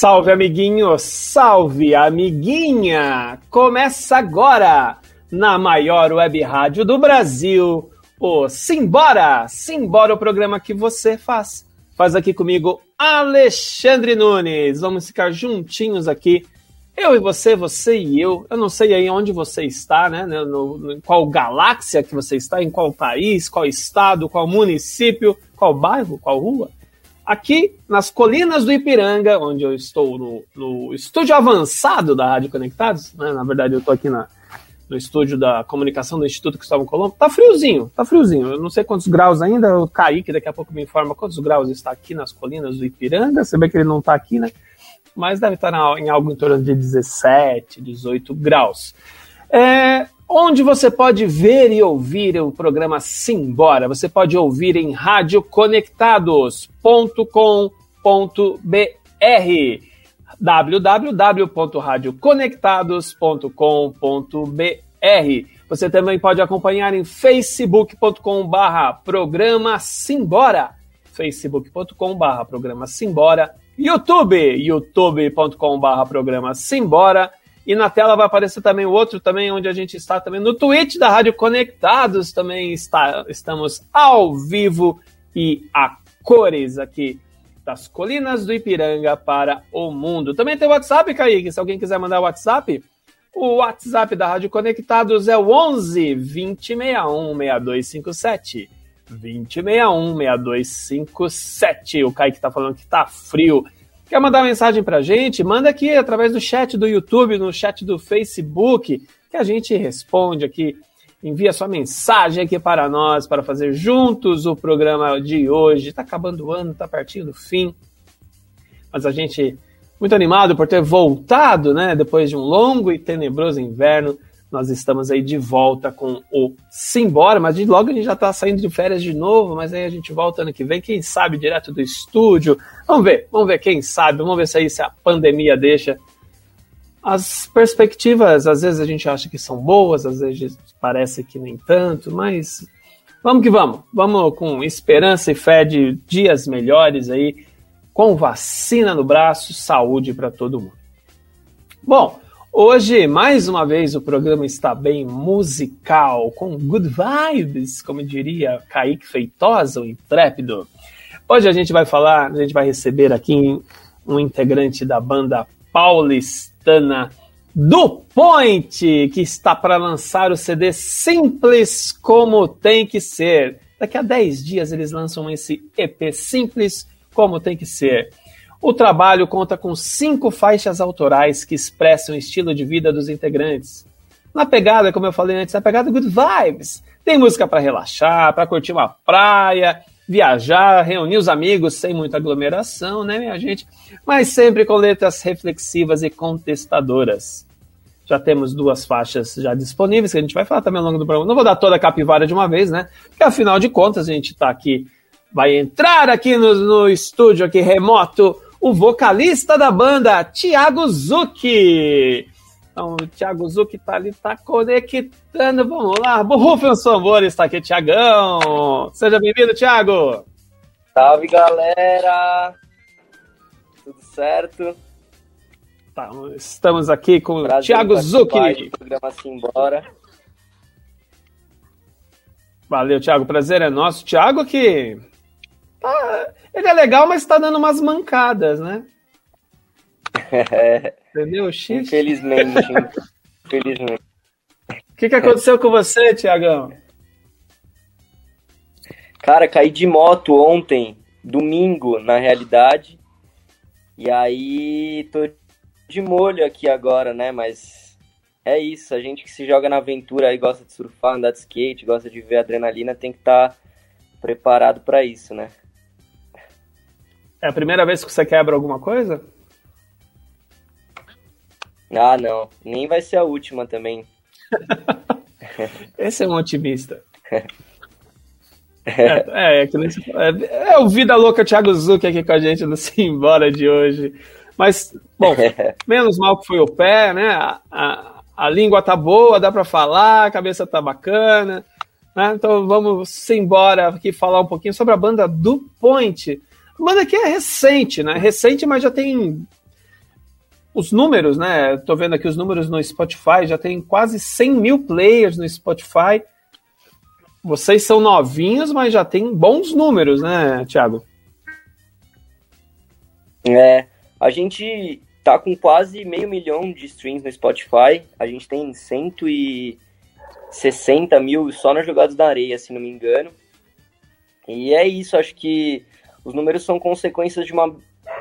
Salve, amiguinho! Salve, amiguinha! Começa agora, na maior web rádio do Brasil, o Simbora! Simbora, o programa que você faz. Faz aqui comigo, Alexandre Nunes. Vamos ficar juntinhos aqui, eu e você, você e eu. Eu não sei aí onde você está, né? Em qual galáxia que você está, em qual país, qual estado, qual município, qual bairro, qual rua. Aqui, nas colinas do Ipiranga, onde eu estou no estúdio avançado da Rádio Conectados, né? Na verdade, eu estou aqui no estúdio da comunicação do Instituto Cristóvão Colombo. Tá friozinho. Eu não sei quantos graus ainda, o Kaique daqui a pouco me informa quantos graus está aqui nas colinas do Ipiranga. Você vê que ele não está aqui, né? Mas deve estar em algo em torno de 17, 18 graus. Onde você pode ver e ouvir o programa Simbora? Você pode ouvir em radioconectados.com.br, www.radioconectados.com.br. Você também pode acompanhar em facebook.com/programa Simbora, facebook.com/programa Simbora, youtube.com/programa Simbora. E na tela vai aparecer também o outro, também onde a gente está, também no Twitch da Rádio Conectados, também estamos ao vivo e a cores aqui das colinas do Ipiranga para o mundo. Também tem o WhatsApp, Kaique, se alguém quiser mandar o WhatsApp, o WhatsApp da Rádio Conectados é o 11 2061 6257. 2061 6257. O Kaique está falando que está frio. Quer mandar mensagem pra gente? Manda aqui através do chat do YouTube, no chat do Facebook, que a gente responde aqui. Envia sua mensagem aqui para nós, para fazer juntos o programa de hoje. Tá acabando o ano, tá pertinho do fim. Mas a gente, muito animado por ter voltado, né? Depois de um longo e tenebroso inverno, nós estamos aí de volta com o Simbora, mas logo a gente já está saindo de férias de novo, mas aí a gente volta ano que vem, quem sabe, direto do estúdio. Vamos ver, quem sabe, vamos ver se a pandemia deixa. As perspectivas, às vezes a gente acha que são boas, às vezes parece que nem tanto, mas vamos que vamos. Vamos com esperança e fé de dias melhores aí, com vacina no braço, saúde para todo mundo. Bom, hoje, mais uma vez, o programa está bem musical, com good vibes, como diria Kaique Feitosa, o intrépido. Hoje a gente vai receber aqui um integrante da banda paulistana do Point, que está para lançar o CD Simples Como Tem Que Ser. Daqui a 10 dias eles lançam esse EP Simples Como Tem Que Ser. O trabalho conta com 5 faixas autorais que expressam o estilo de vida dos integrantes. Na pegada, como eu falei antes, na pegada good vibes. Tem música para relaxar, para curtir uma praia, viajar, reunir os amigos sem muita aglomeração, né, minha gente? Mas sempre com letras reflexivas e contestadoras. Já temos 2 faixas já disponíveis, que a gente vai falar também ao longo do programa. Não vou dar toda a capivara de uma vez, né? Porque afinal de contas a gente está aqui, vai entrar aqui no estúdio aqui remoto, o vocalista da banda, Thiago Zucchi. Então, o Thiago Zucchi tá ali, tá conectando. Vamos lá, rufem os tambores, está aqui, Thiagão. Seja bem-vindo, Thiago. Salve, galera. Tudo certo? Tá, estamos aqui com o Thiago Zucchi. Programa Simbora. Valeu, Thiago, prazer é nosso. Thiago que... ele é legal, mas tá dando umas mancadas, né? Entendeu? Infelizmente. O que aconteceu com você, Thiagão? Cara, caí de moto ontem, domingo, na realidade. E aí, tô de molho aqui agora, né? Mas é isso, a gente que se joga na aventura aí, gosta de surfar, andar de skate, gosta de ver adrenalina, tem que estar preparado pra isso, né? É a primeira vez que você quebra alguma coisa? Ah, não. Nem vai ser a última também. Esse é um otimista. É o Vida Louca Thiago Zucchi aqui com a gente no Simbora de hoje. Mas, bom, menos mal que foi o pé, né? A língua tá boa, dá pra falar, a cabeça tá bacana, né? Então vamos embora aqui falar um pouquinho sobre a banda do Point. A banda que é recente, né? Recente, mas já tem os números, né? Tô vendo aqui os números no Spotify, já tem quase 100 mil players no Spotify. Vocês são novinhos, mas já tem bons números, né, Thiago? A gente tá com quase 500 mil de streams no Spotify. A gente tem 160 mil só nas Jogados da Areia, se não me engano. E é isso, acho que os números são consequência de uma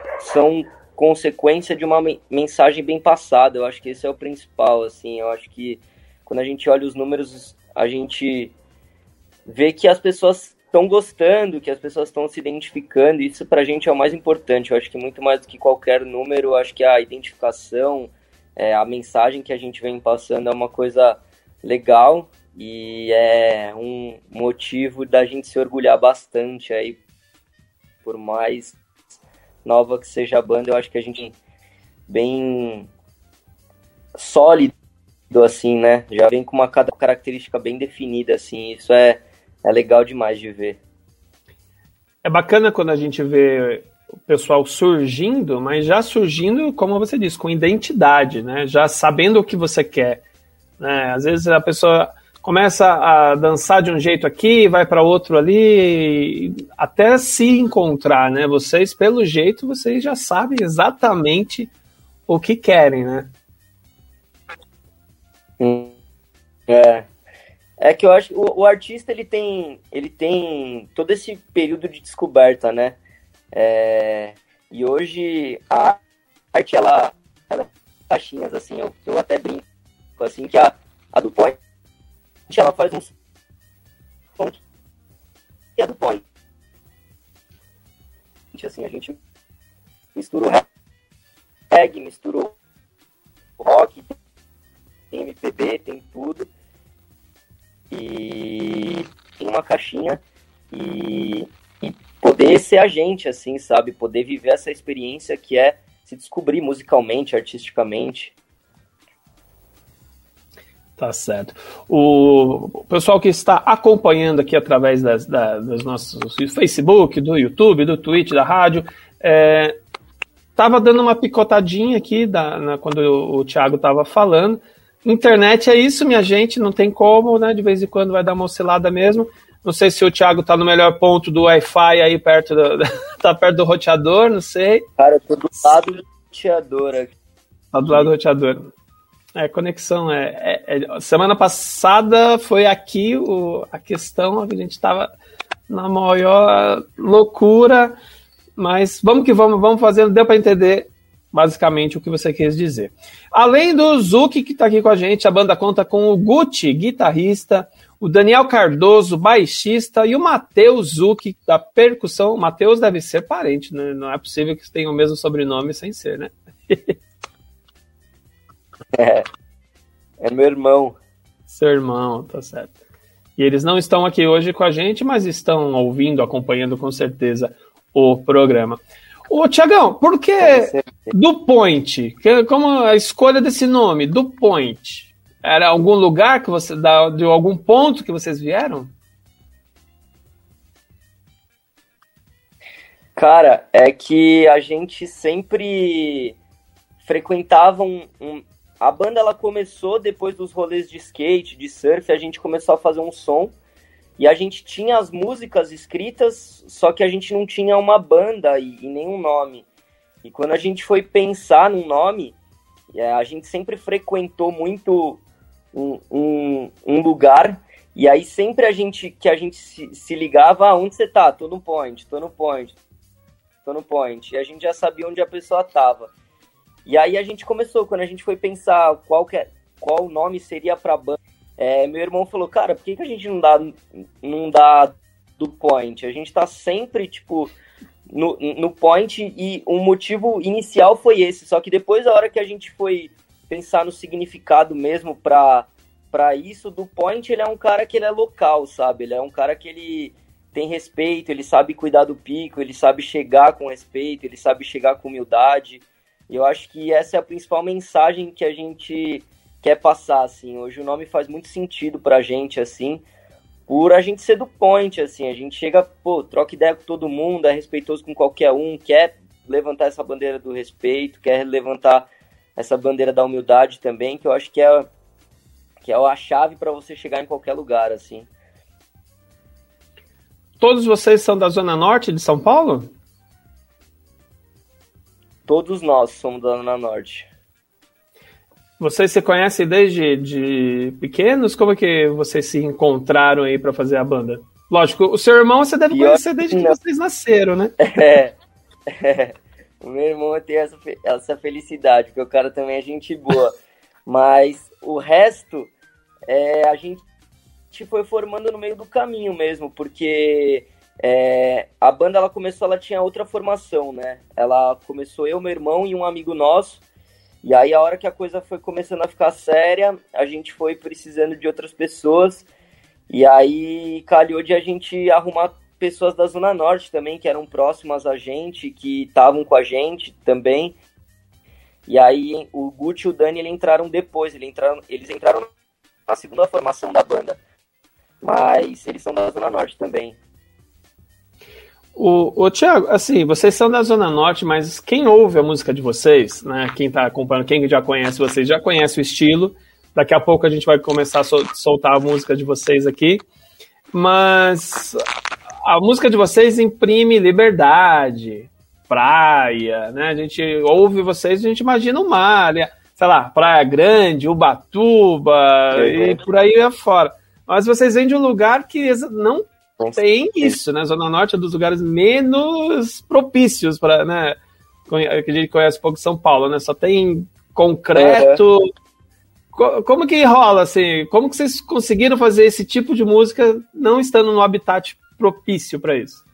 mensagem bem passada. Eu acho que esse é o principal, assim. Eu acho que quando a gente olha os números, a gente vê que as pessoas estão gostando, que as pessoas estão se identificando, e isso pra gente é o mais importante. Eu acho que muito mais do que qualquer número, eu acho que a identificação, a mensagem que a gente vem passando é uma coisa legal e é um motivo da gente se orgulhar bastante aí, por mais nova que seja a banda. Eu acho que a gente bem sólido, assim, né? Já vem com uma característica bem definida, assim, isso é legal demais de ver. É bacana quando a gente vê o pessoal surgindo, mas já surgindo, como você disse, com identidade, né? Já sabendo o que você quer, né? Às vezes a pessoa começa a dançar de um jeito aqui, vai para outro ali, até se encontrar, né? Vocês, pelo jeito, vocês já sabem exatamente o que querem, né? É que eu acho que o artista ele tem todo esse período de descoberta, né? E hoje a arte ela caixinhas, assim, eu até brinco assim, que a do Point ela faz um som que é do Point. Assim, a gente mistura o reggae, mistura o rock, tem MPB, tem tudo. E tem uma caixinha e poder ser a gente, assim, sabe? Poder viver essa experiência que é se descobrir musicalmente, artisticamente. Tá certo. O pessoal que está acompanhando aqui através dos nossos Facebook, do YouTube, do Twitch, da rádio, tava dando uma picotadinha aqui quando o Thiago tava falando. Internet é isso, minha gente, não tem como, né? De vez em quando vai dar uma oscilada mesmo. Não sei se o Thiago tá no melhor ponto do Wi-Fi aí tá perto do roteador, não sei. Cara, eu tô do lado do roteador aqui. Tá do lado do roteador. Conexão semana passada foi aqui a questão, a gente tava na maior loucura, mas vamos que vamos fazendo, deu para entender basicamente o que você quis dizer. Além do Zuki, que está aqui com a gente, a banda conta com o Gucci, guitarrista, o Daniel Cardoso, baixista, e o Matheus Zuki, da percussão. O Matheus deve ser parente, né? Não é possível que tenham o mesmo sobrenome sem ser, né? É meu irmão. Seu irmão, tá certo. E eles não estão aqui hoje com a gente, mas estão ouvindo, acompanhando com certeza o programa. Ô, Thiagão, por que Do Point? Como a escolha desse nome, Do Point? Era algum lugar de algum ponto que vocês vieram? Cara, é que a gente sempre frequentava a banda, ela começou depois dos rolês de skate, de surf, a gente começou a fazer um som. E a gente tinha as músicas escritas, só que a gente não tinha uma banda e nenhum nome. E quando a gente foi pensar num nome, a gente sempre frequentou muito um lugar, e aí sempre que a gente se ligava, onde você tá? Tô no Point. E a gente já sabia onde a pessoa tava. E aí a gente começou, quando a gente foi pensar qual nome seria pra banda, meu irmão falou, cara, por que a gente não dá Do Point? A gente tá sempre, tipo, no Point, e o motivo inicial foi esse, só que depois, a hora que a gente foi pensar no significado mesmo pra isso, Do Point, ele é um cara que ele é local, sabe? Ele é um cara que ele tem respeito, ele sabe cuidar do pico, ele sabe chegar com respeito, ele sabe chegar com humildade, e eu acho que essa é a principal mensagem que a gente quer passar, assim. Hoje o nome faz muito sentido pra gente, assim, por a gente ser do Point, assim. A gente chega, troca ideia com todo mundo, é respeitoso com qualquer um, quer levantar essa bandeira do respeito, quer levantar essa bandeira da humildade também, que eu acho que é a chave para você chegar em qualquer lugar, assim. Todos vocês são da Zona Norte de São Paulo? Todos nós somos da Zona Norte. Vocês se conhecem desde pequenos? Como é que vocês se encontraram aí para fazer a banda? Lógico, o seu irmão você deve conhecer desde que vocês nasceram, né? O meu irmão tem essa felicidade, porque o cara também é gente boa. Mas o resto, a gente foi formando no meio do caminho mesmo, porque a banda ela tinha outra formação, né? Ela começou eu, meu irmão e um amigo nosso, e aí a hora que a coisa foi começando a ficar séria, a gente foi precisando de outras pessoas, e aí calhou de a gente arrumar pessoas da Zona Norte também, que eram próximas a gente, que estavam com a gente também. E aí o Gucci e o Dani, eles entraram depois, eles entraram na segunda formação da banda. Mas eles são da Zona Norte também. O Thiago, assim, vocês são da Zona Norte, mas quem ouve a música de vocês, né, quem tá acompanhando, quem já conhece vocês, já conhece o estilo. Daqui a pouco a gente vai começar a soltar a música de vocês aqui. Mas a música de vocês imprime liberdade, praia, né? A gente ouve vocês, a gente imagina o mar, sei lá, Praia Grande, Ubatuba e por aí afora. Mas vocês vêm de um lugar que não tem isso, né? Zona Norte é um dos lugares menos propícios para, né? Que a gente conhece um pouco São Paulo, né? Só tem concreto. Como que rola, assim? Como que vocês conseguiram fazer esse tipo de música não estando no habitat propício para isso?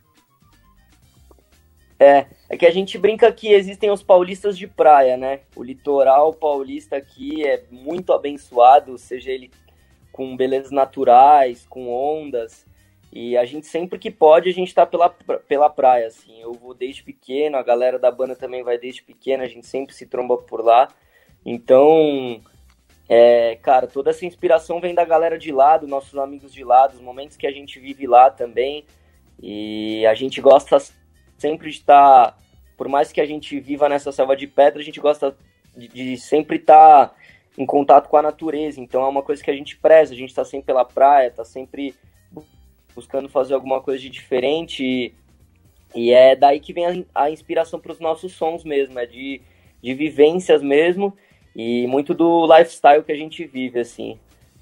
É que a gente brinca que existem os paulistas de praia, né? O litoral paulista aqui é muito abençoado, seja ele com belezas naturais, com ondas, e a gente sempre que pode, a gente tá pela praia, assim. Eu vou desde pequeno, a galera da banda também vai desde pequeno, a gente sempre se tromba por lá. Então, cara, toda essa inspiração vem da galera de lá, dos nossos amigos de lá, dos momentos que a gente vive lá também, e a gente gosta sempre de estar, por mais que a gente viva nessa selva de pedra, a gente gosta de sempre estar em contato com a natureza. Então é uma coisa que a gente preza, a gente está sempre pela praia, está sempre buscando fazer alguma coisa de diferente, e é daí que vem a inspiração para os nossos sons mesmo, de vivências mesmo, e muito do lifestyle que a gente vive, assim.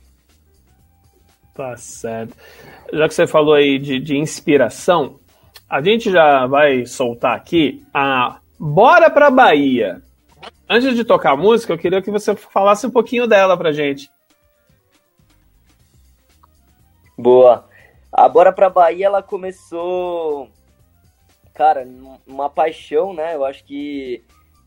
Tá certo. Já que você falou aí de inspiração, a gente já vai soltar aqui a Bora Pra Bahia. Antes de tocar a música, eu queria que você falasse um pouquinho dela pra gente. Boa. A Bora Pra Bahia, ela começou, cara, uma paixão, né? Eu acho que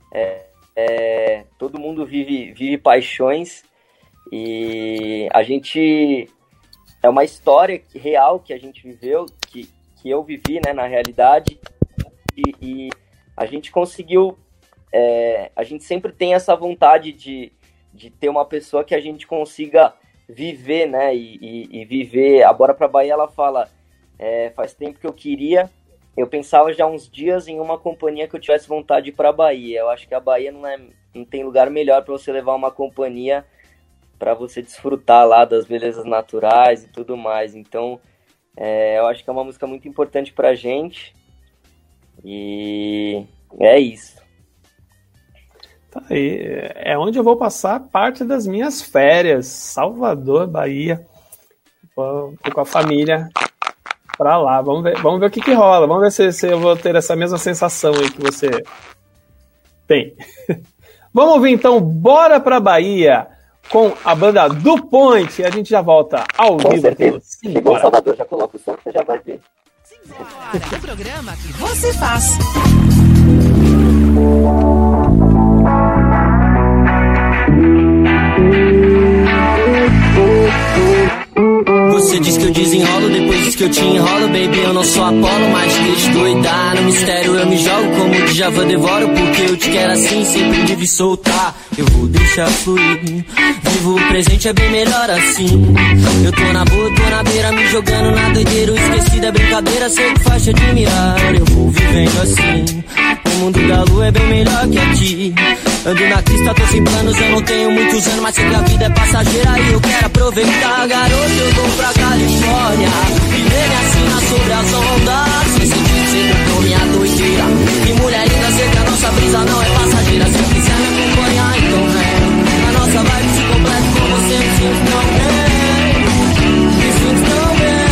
todo mundo vive paixões, e a gente... É uma história real que a gente viveu, que eu vivi, né, na realidade, e a gente conseguiu... a gente sempre tem essa vontade de ter uma pessoa que a gente consiga viver, né, e viver. A Bora Pra Bahia, ela fala, faz tempo que eu pensava já uns dias em uma companhia que eu tivesse vontade de ir pra Bahia. Eu acho que a Bahia não tem lugar melhor para você levar uma companhia para você desfrutar lá das belezas naturais e tudo mais. Então, eu acho que é uma música muito importante pra gente, e é isso. Tá aí, é onde eu vou passar parte das minhas férias, Salvador, Bahia, vou com a família pra lá, vamos ver o que rola, vamos ver se eu vou ter essa mesma sensação aí que você tem. Vamos ouvir então Bora Pra Bahia com a banda do Point, e a gente já volta ao com vivo. Certeza. Chegou em Salvador, já coloca o som, você já vai ver. Simbora, o programa que você faz. Você diz que eu desenrolo depois que eu te enrolo. Baby, eu não sou Apolo, mas te deixo doidar. No mistério eu me jogo como o Djavan devoro. Porque eu te quero assim, sempre livre e soltar. Eu vou deixar fluir. Vivo o presente, é bem melhor assim. Eu tô na boa, tô na beira, me jogando na doideira. Esqueci da brincadeira, sei que faz te admirar. Eu vou vivendo assim. O mundo da lua é bem melhor que aqui. Ando na crista, tô sem planos, eu não tenho muitos anos, mas sei que a vida é passageira e eu quero aproveitar. Garoto, eu vou pra Califórnia, viver minha sina sobre as ondas. Sem sentido, você comprou minha doideira. E mulher linda, sei que a nossa brisa não é passageira. Se quiser me acompanhar, então vem. A nossa vibe se completa com você, me sinto tão bem. Me sinto tão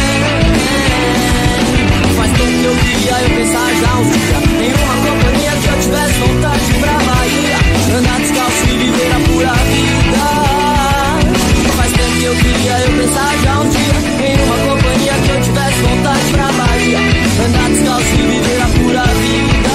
bem. Faz tempo que eu queria, eu pensar já uns dias em uma companhia que eu tivesse vontade pra Bahia. Andar descalço e viver a pura vida. Faz tempo que eu queria, eu pensar já um dia em uma companhia que eu tivesse vontade pra Bahia. Andar descalço e viver a pura vida.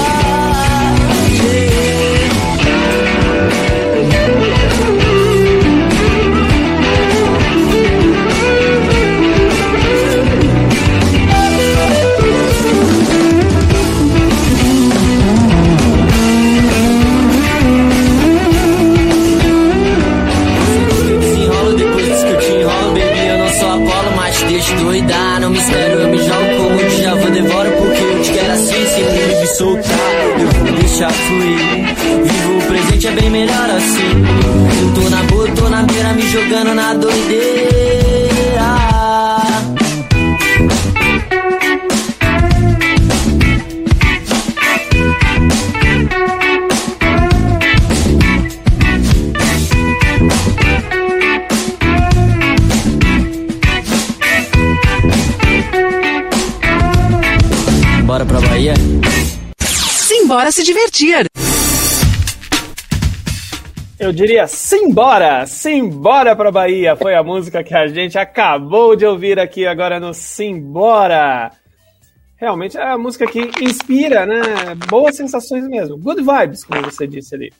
Doidar no mistério, eu me jogo como o Djavan devoro. Porque eu te quero assim, sempre livre e soltar. Eu vou deixar fluir. Vivo o presente, é bem melhor assim. Eu tô na boa, tô na beira, me jogando na doideira. Bora pra Bahia? Simbora se divertir. Eu diria simbora, simbora pra Bahia. Foi a música que a gente acabou de ouvir aqui agora no Simbora. Realmente é a música que inspira, né? Boas sensações mesmo. Good vibes, como você disse ali.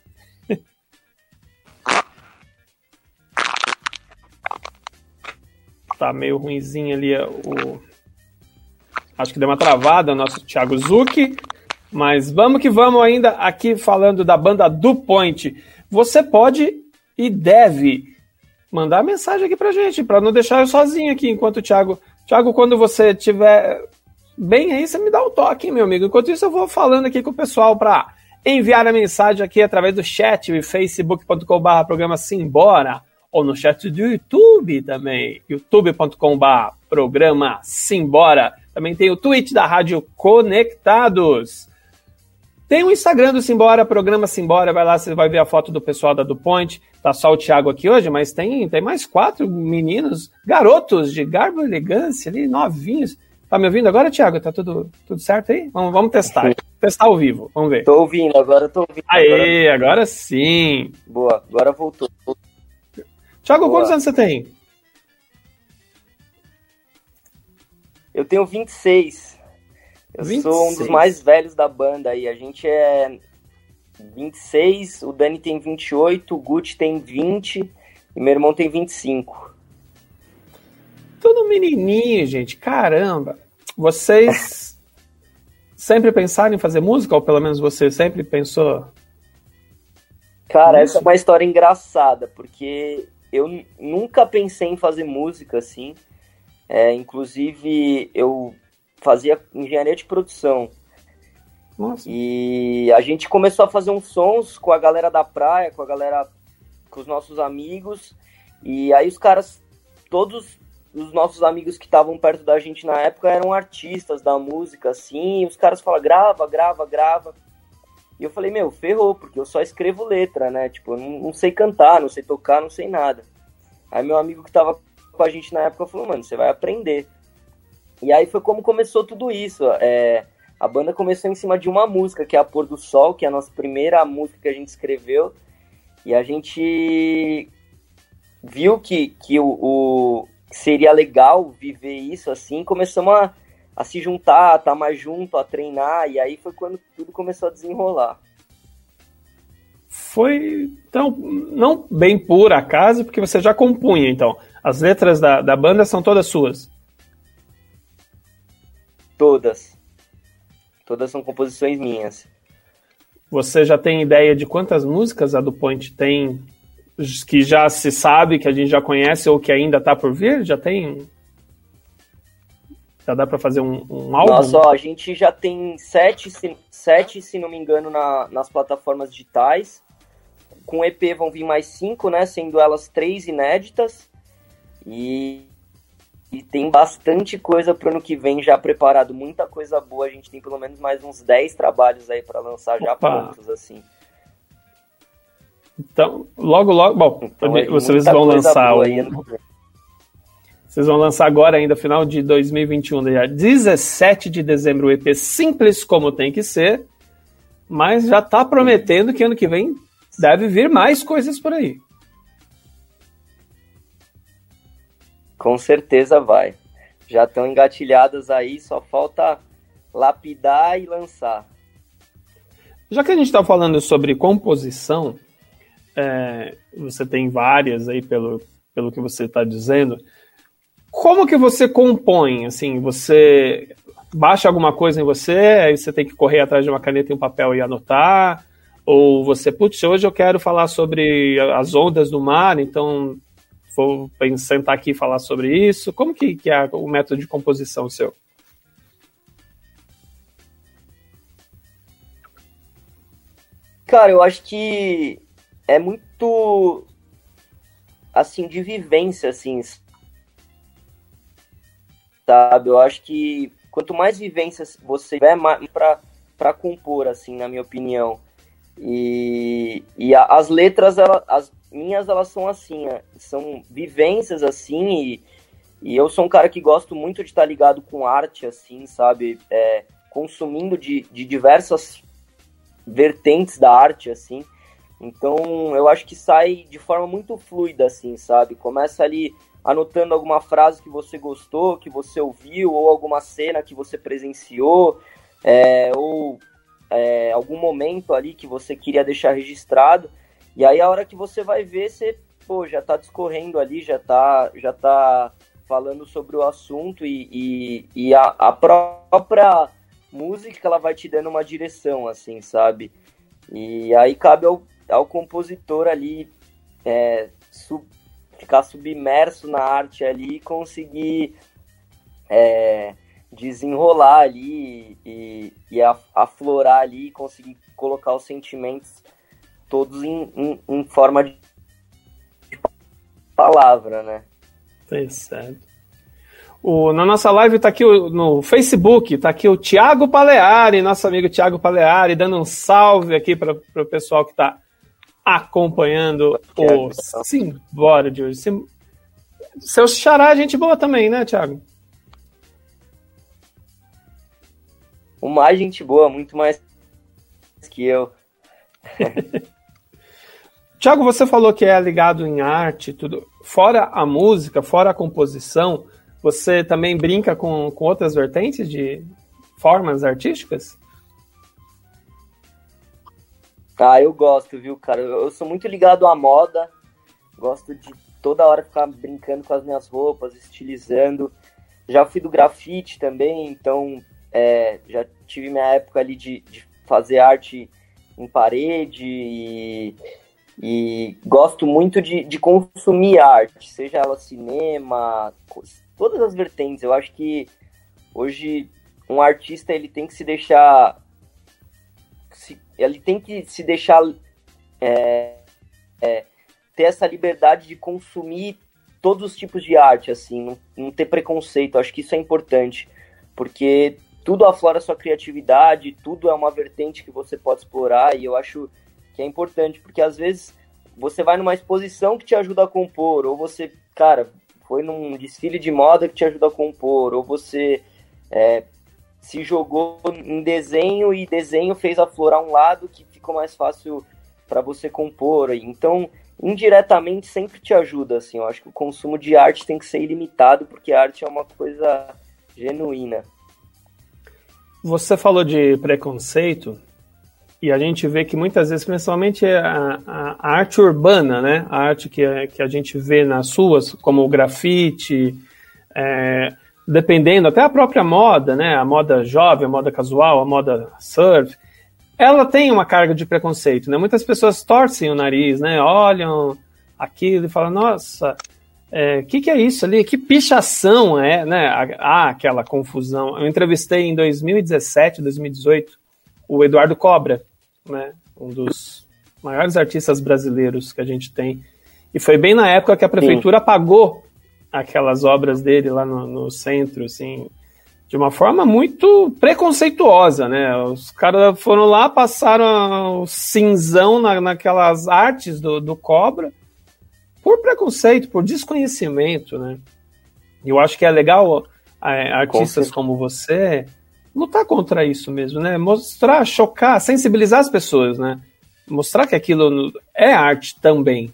Tá meio ruinzinho ali o... Acho que deu uma travada o nosso Thiago Zucchi, mas vamos que vamos ainda aqui falando da banda Do Point. Você pode e deve mandar mensagem aqui pra gente, pra não deixar eu sozinho aqui enquanto o Thiago... Thiago, quando você estiver bem aí, você me dá um toque, meu amigo. Enquanto isso, eu vou falando aqui com o pessoal pra enviar a mensagem aqui através do chat, facebook.com/programa Simbora, ou no chat do YouTube também, youtube.com/programa Simbora. Também tem o tweet da Rádio Conectados. Tem o Instagram do Simbora, programa Simbora. Vai lá, você vai ver a foto do pessoal da Do Point. Tá só o Thiago aqui hoje, mas tem mais 4 meninos, garotos de garbo e elegância ali, novinhos. Tá me ouvindo agora, Thiago? Tá tudo certo aí? Vamos testar. Testar ao vivo, vamos ver. Tô ouvindo, agora tô ouvindo. Aê, agora sim. Boa, agora voltou. Thiago, quantos anos você tem? Eu tenho 26. Eu 26. Sou um dos mais velhos da banda aí. A gente é 26, o Dani tem 28, o Gucci tem 20 e meu irmão tem 25. Tudo menininho, gente. Caramba. Vocês sempre pensaram em fazer música? Ou pelo menos você sempre pensou? Cara, essa é uma história engraçada, porque eu nunca pensei em fazer música assim. Inclusive, eu fazia engenharia de produção. Nossa. E a gente começou a fazer uns sons com a galera da praia, com os nossos amigos. E aí os caras, todos os nossos amigos que estavam perto da gente na época eram artistas da música, assim. E os caras falavam, grava. E eu falei, ferrou, porque eu só escrevo letra, né? Tipo, eu não sei cantar, não sei tocar, não sei nada. Aí meu amigo que tava com a gente na época falou, mano, você vai aprender. E aí foi como começou tudo isso. A banda começou em cima de uma música, que é a Pôr do Sol, que é a nossa primeira música que a gente escreveu. E a gente viu que seria legal viver isso assim, começamos a se juntar, a estar mais junto, a treinar, e aí foi quando tudo começou a desenrolar. Foi, então, não bem por acaso, porque você já compunha, então. As letras da banda são todas suas? Todas. Todas são composições minhas. Você já tem ideia de quantas músicas a Do Point tem, que já se sabe, que a gente já conhece ou que ainda tá por vir? Já tem? Já dá para fazer um álbum? Nossa, ó, a gente já tem 7, se não me engano, nas plataformas digitais. Com o EP vão vir mais 5, né? Sendo elas 3 inéditas. E tem bastante coisa pro ano que vem já preparado. Muita coisa boa. A gente tem pelo menos mais uns 10 trabalhos aí para lançar já prontos, assim. Então, logo, bom, então, vocês vão lançar Vocês vão lançar agora, ainda final de 2021, dia 17 de dezembro, o EP Simples Como Tem Que Ser, mas já tá prometendo que ano que vem deve vir mais coisas por aí. Com certeza vai. Já estão engatilhadas aí, só falta lapidar e lançar. Já que a gente está falando sobre composição, você tem várias aí pelo que você está dizendo. Como que você compõe? Assim, você baixa alguma coisa em você, aí você tem que correr atrás de uma caneta e um papel e anotar? Ou você, putz, hoje eu quero falar sobre as ondas do mar, então vou sentar aqui e falar sobre isso. Como que é o método de composição seu? Cara, eu acho que é muito, assim, de vivência, assim, sabe? Eu acho que quanto mais vivências você tiver, mais pra compor, assim, na minha opinião. E as letras, as minhas, elas são assim, são vivências, assim, e eu sou um cara que gosto muito de estar ligado com arte, assim, sabe? Consumindo de diversas vertentes da arte, assim. Então, eu acho que sai de forma muito fluida, assim, sabe? Começa ali anotando alguma frase que você gostou, que você ouviu, ou alguma cena que você presenciou, ou algum momento ali que você queria deixar registrado. E aí, a hora que você vai ver, você, já tá discorrendo ali, já tá falando sobre o assunto, e a própria música, ela vai te dando uma direção, assim, sabe? E aí cabe ao compositor ali ficar submerso na arte ali e conseguir desenrolar ali e aflorar ali e conseguir colocar os sentimentos todos em forma de palavra, né? Certo. Na nossa live tá aqui no Facebook, tá aqui o Thiago Paleari, nosso amigo Thiago Paleari, dando um salve aqui para o pessoal que está acompanhando o Simbora de hoje. Seu xará é gente boa também, né, Thiago? O mais gente boa, muito mais que eu. Thiago, você falou que é ligado em arte, tudo. Fora a música, fora a composição, você também brinca com outras vertentes de formas artísticas? Eu gosto, viu, cara? Eu sou muito ligado à moda, gosto de toda hora ficar brincando com as minhas roupas, estilizando. Já fui do grafite também, então já tive minha época ali de fazer arte em parede e gosto muito de consumir arte, seja ela cinema, todas as vertentes. Eu acho que hoje um artista ele tem que se deixar ter essa liberdade de consumir todos os tipos de arte, assim, não ter preconceito. Eu acho que isso é importante, porque tudo aflora a sua criatividade, tudo é uma vertente que você pode explorar, e eu acho que é importante, porque às vezes você vai numa exposição que te ajuda a compor, ou você, cara, foi num desfile de moda que te ajuda a compor, ou você se jogou em desenho e desenho fez aflorar um lado que ficou mais fácil para você compor. Então, indiretamente, sempre te ajuda, assim. Eu acho que o consumo de arte tem que ser ilimitado, porque a arte é uma coisa genuína. Você falou de preconceito, e a gente vê que muitas vezes, principalmente a arte urbana, né? A arte que a gente vê nas ruas, como o grafite, dependendo, até a própria moda, né? A moda jovem, a moda casual, a moda surf, ela tem uma carga de preconceito, né? Muitas pessoas torcem o nariz, né? Olham aquilo e falam, nossa, que é isso ali? Que pichação é, né? Aquela confusão. Eu entrevistei em 2017, 2018, o Eduardo Cobra, né? Um dos maiores artistas brasileiros que a gente tem. E foi bem na época que a prefeitura apagou aquelas obras dele lá no centro, assim, de uma forma muito preconceituosa, né? Os caras foram lá, passaram o cinzão naquelas artes do Cobra, por preconceito, por desconhecimento, né? E eu acho que é legal artistas como você lutar contra isso mesmo, né? Mostrar, chocar, sensibilizar as pessoas, né? Mostrar que aquilo é arte também.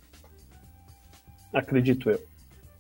Acredito eu.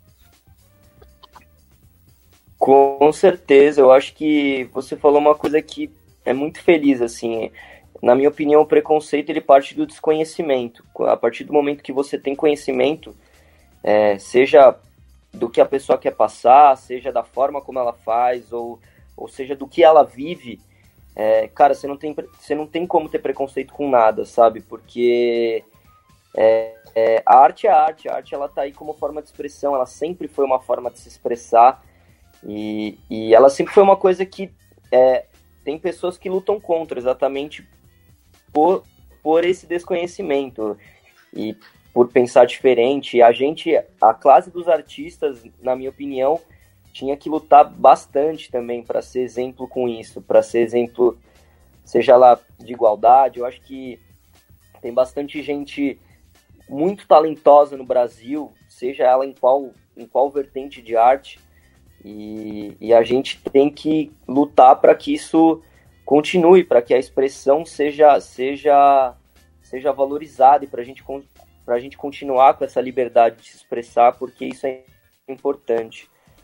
Com certeza, eu acho que você falou uma coisa que é muito feliz, assim. Na minha opinião, o preconceito ele parte do desconhecimento. A partir do momento que você tem conhecimento, seja do que a pessoa quer passar, seja da forma como ela faz, ou seja do que ela vive, cara, você não tem como ter preconceito com nada, sabe? Porque a arte é arte, a arte ela tá aí como forma de expressão, ela sempre foi uma forma de se expressar, e ela sempre foi uma coisa que tem pessoas que lutam contra, exatamente por esse desconhecimento e por pensar diferente. A classe dos artistas, na minha opinião, tinha que lutar bastante também para ser exemplo com isso, para ser exemplo, seja lá de igualdade. Eu acho que tem bastante gente muito talentosa no Brasil, seja ela em qual vertente de arte, e a gente tem que lutar para que isso continue, para que a expressão seja valorizada e para a gente continuar com essa liberdade de se expressar, porque isso é importante.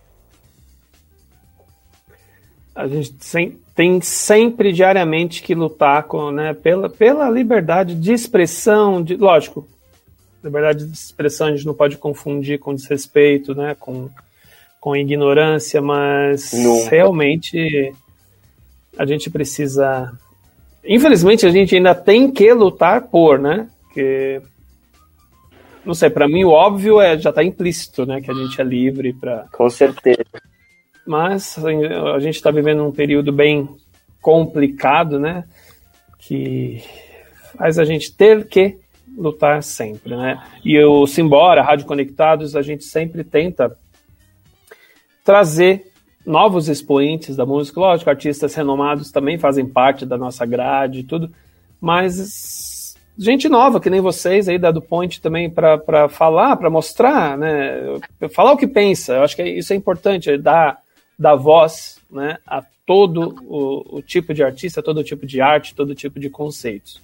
A gente tem sempre, diariamente, que lutar pela liberdade de expressão, lógico, liberdade de expressão a gente não pode confundir com desrespeito, né, com ignorância, mas realmente a gente precisa... Infelizmente, a gente ainda tem que lutar né, porque, não sei, para mim o óbvio já está implícito, né, que a gente é livre para... Com certeza. Mas a gente está vivendo um período bem complicado, né? Que faz a gente ter que lutar sempre, né? E o Simbora, Rádio Conectados, a gente sempre tenta trazer novos expoentes da música. Lógico, artistas renomados também fazem parte da nossa grade e tudo, mas gente nova, que nem vocês aí da Do Point também, para falar, para mostrar, né? Falar o que pensa. Eu acho que isso é importante, dar voz, né, a todo o tipo de artista, todo tipo de arte, todo tipo de conceitos.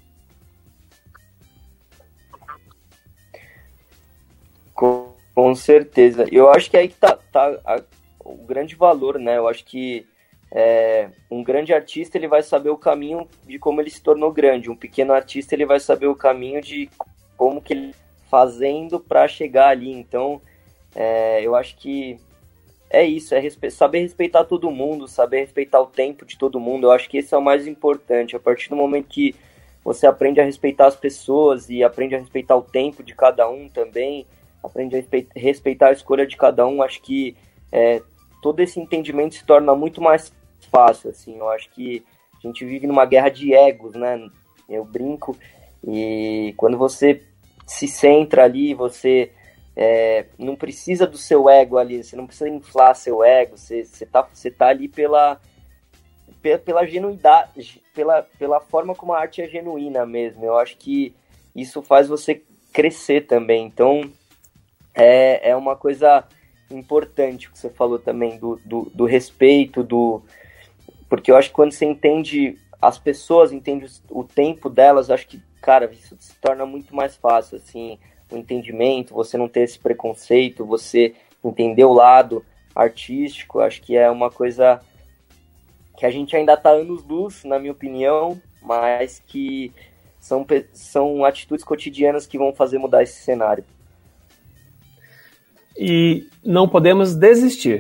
Com certeza. Eu acho que aí que tá o grande valor, né? Eu acho que um grande artista ele vai saber o caminho de como ele se tornou grande. Um pequeno artista ele vai saber o caminho de como que ele fazendo para chegar ali. Então, eu acho que é isso, saber respeitar todo mundo, saber respeitar o tempo de todo mundo. Eu acho que esse é o mais importante. A partir do momento que você aprende a respeitar as pessoas e aprende a respeitar o tempo de cada um também, aprende a respeitar a escolha de cada um, acho que todo esse entendimento se torna muito mais fácil, assim. Eu acho que a gente vive numa guerra de egos, né? Eu brinco, e quando você se centra ali, você... não precisa do seu ego ali, você não precisa inflar seu ego, você tá ali pela genuidade, pela forma como a arte é genuína mesmo. Eu acho que isso faz você crescer também. Então é uma coisa importante que você falou também do respeito, porque eu acho que quando você entende as pessoas, entende o tempo delas, eu acho que, cara, isso se torna muito mais fácil, assim, o entendimento, você não ter esse preconceito, você entender o lado artístico. Acho que é uma coisa que a gente ainda está anos-luz, na minha opinião, mas que são atitudes cotidianas que vão fazer mudar esse cenário. E não podemos desistir,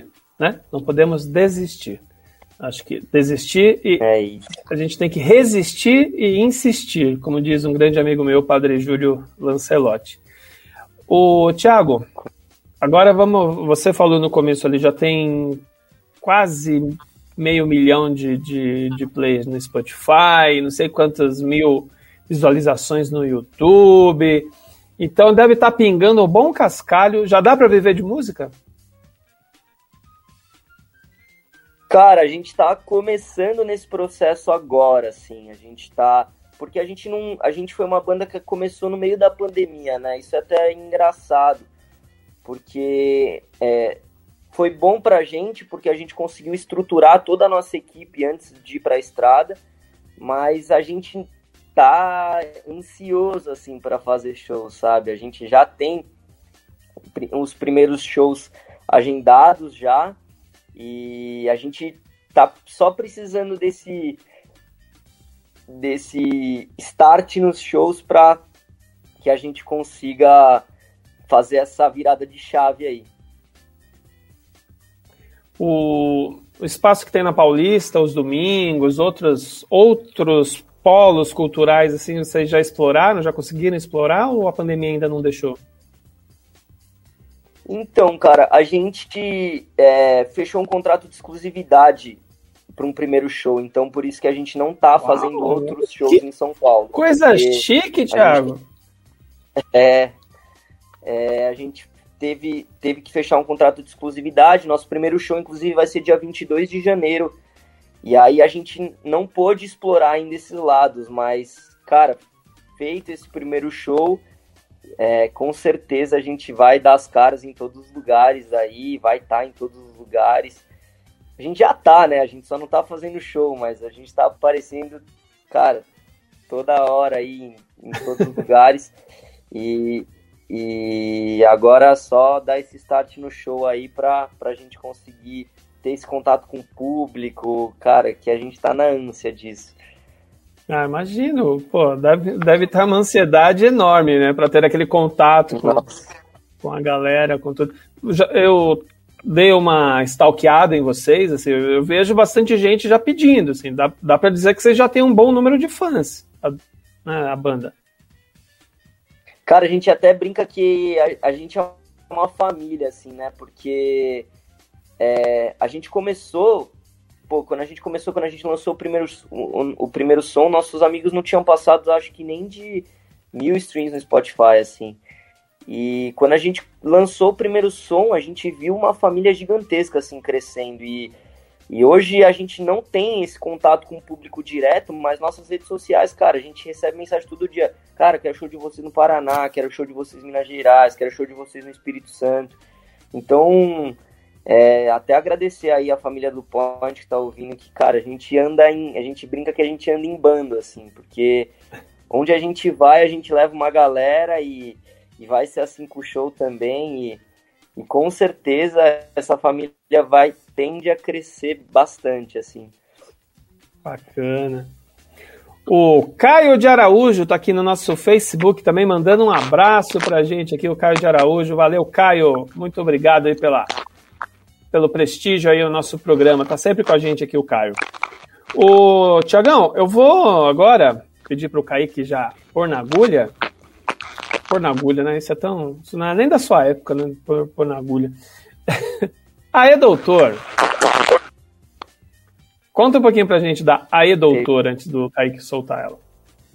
né? Não podemos desistir. Acho que desistir e isso. A gente tem que resistir e insistir, como diz um grande amigo meu, Padre Júlio Lancelotti. O Thiago, agora você falou no começo ali, já tem quase 500 mil de plays no Spotify, não sei quantas mil visualizações no YouTube, então deve estar pingando um bom cascalho. Já dá para viver de música? Cara, a gente tá começando nesse processo agora, assim, porque a gente foi uma banda que começou no meio da pandemia, né, isso é até engraçado, porque foi bom pra gente, porque a gente conseguiu estruturar toda a nossa equipe antes de ir pra estrada, mas a gente tá ansioso, assim, pra fazer shows, sabe, a gente já tem os primeiros shows agendados já, e a gente tá só precisando desse start nos shows para que a gente consiga fazer essa virada de chave aí. O espaço que tem na Paulista, os domingos, outros polos culturais, assim, vocês já exploraram, já conseguiram explorar ou a pandemia ainda não deixou? Então, cara, a gente fechou um contrato de exclusividade para um primeiro show, então por isso que a gente não tá fazendo outros shows em São Paulo. Coisa chique, Thiago! A gente teve que fechar um contrato de exclusividade, nosso primeiro show, inclusive, vai ser dia 22 de janeiro, e aí a gente não pôde explorar ainda esses lados, mas, cara, feito esse primeiro show... com certeza a gente vai dar as caras em todos os lugares aí, vai estar em todos os lugares. A gente já tá, né? A gente só não tá fazendo show, mas a gente tá aparecendo, cara, toda hora aí em todos os lugares. E agora só dar esse start no show aí pra gente conseguir ter esse contato com o público, cara, que a gente tá na ânsia disso. Ah, imagino, pô, deve estar uma ansiedade enorme, né, para ter aquele contato com a galera, com tudo. Eu dei uma stalkeada em vocês, assim, eu vejo bastante gente já pedindo, assim, dá para dizer que vocês já têm um bom número de fãs, a banda. Cara, a gente até brinca que a gente é uma família, assim, né, porque a gente começou... quando a gente lançou o primeiro som, nossos amigos não tinham passado, acho que nem de 1000 streams no Spotify, assim. E quando a gente lançou o primeiro som, a gente viu uma família gigantesca, assim, crescendo. E hoje a gente não tem esse contato com o público direto, mas nossas redes sociais, cara, a gente recebe mensagem todo dia. Cara, quero show de vocês no Paraná, quero show de vocês em Minas Gerais, quero show de vocês no Espírito Santo. Então... até agradecer aí a família do Point que tá ouvindo, que, cara, a gente brinca que a gente anda em bando, assim, porque onde a gente vai, a gente leva uma galera e vai ser assim com o show também, e com certeza essa família tende a crescer bastante, assim. Bacana. O Caio de Araújo tá aqui no nosso Facebook também, mandando um abraço pra gente aqui, o Caio de Araújo. Valeu, Caio, muito obrigado aí pelo prestígio aí o nosso programa, tá sempre com a gente aqui o Caio. Ô, Tiagão, eu vou agora pedir pro Kaique já pôr na agulha, né, isso não é nem da sua época, né, pôr na agulha. Aê, doutor, conta um pouquinho pra gente da Aê, doutor, antes do Kaique soltar ela.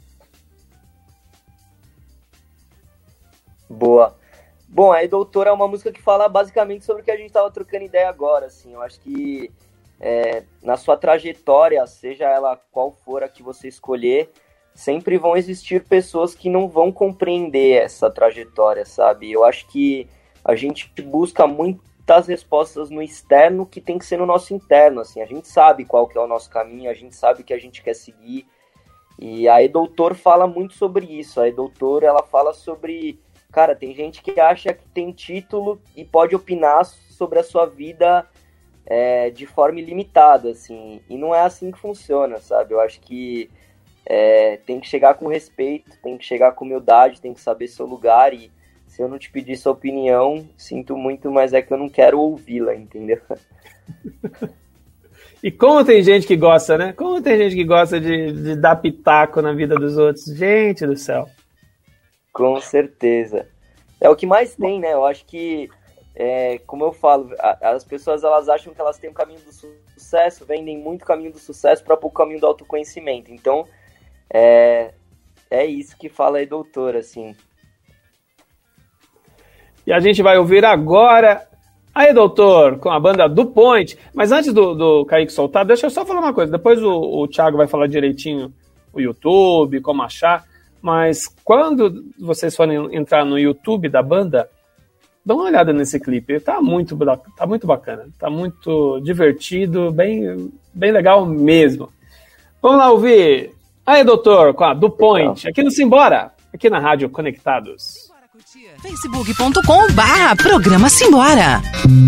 Boa. Bom, a Doutora é uma música que fala basicamente sobre o que a gente estava trocando ideia agora, assim. Eu acho que na sua trajetória, seja ela qual for a que você escolher, sempre vão existir pessoas que não vão compreender essa trajetória, sabe? Eu acho que a gente busca muitas respostas no externo que tem que ser no nosso interno, assim. A gente sabe qual que é o nosso caminho, a gente sabe o que a gente quer seguir. E a Doutor fala muito sobre isso. A Doutor, ela fala sobre... Cara, tem gente que acha que tem título e pode opinar sobre a sua vida de forma ilimitada, assim. E não é assim que funciona, sabe? Eu acho que tem que chegar com respeito, tem que chegar com humildade, tem que saber seu lugar. E Se eu não te pedir sua opinião, sinto muito, mas é que eu não quero ouvi-la, entendeu? E como tem gente que gosta, né? Como tem gente que gosta de dar pitaco na vida dos outros. Gente do céu. Com certeza. É o que mais tem, né? Eu acho que, como eu falo, as pessoas elas acham que elas têm o caminho do sucesso, vendem muito caminho do sucesso para pouco caminho do autoconhecimento. Então, é isso que fala aí, doutor, assim. E a gente vai ouvir agora... Aí, doutor, com a banda do Point. Mas antes do Kaique soltar, deixa eu só falar uma coisa. Depois o Thiago vai falar direitinho o YouTube, como achar. Mas quando vocês forem entrar no YouTube da banda, dá uma olhada nesse clipe. Tá muito bacana. Tá muito divertido, bem legal mesmo. Vamos lá ouvir. Aí, doutor, com a do Point. Aqui no Simbora, aqui na Rádio Conectados. Facebook.com/Programa Simbora.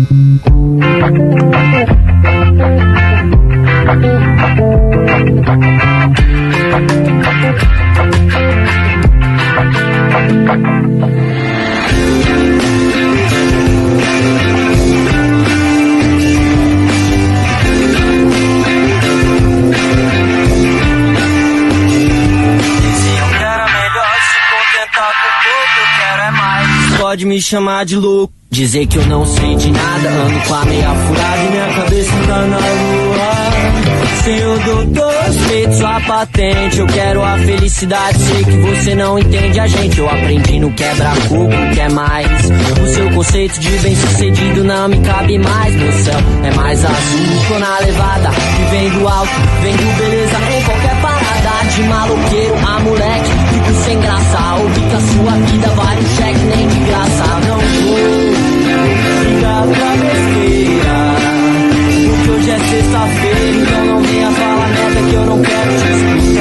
Pode me chamar de louco, dizer que eu não sei de nada. Ando com a meia furada e minha cabeça tá na lua. Senhor doutor, respeito sua patente. Eu quero a felicidade, sei que você não entende a gente. Eu aprendi no quebra-coco, quer mais. O seu conceito de bem-sucedido não me cabe mais. Meu céu é mais azul, tô na levada. Que vem do alto, vem do beleza em qualquer parada. De maloqueiro a moleque, fico sem graça. Ouvi que a sua vida vale um cheque, nem de graça. Não vou ligar pra besteira, porque hoje é sexta-feira. Então não venha falar merda que eu não quero te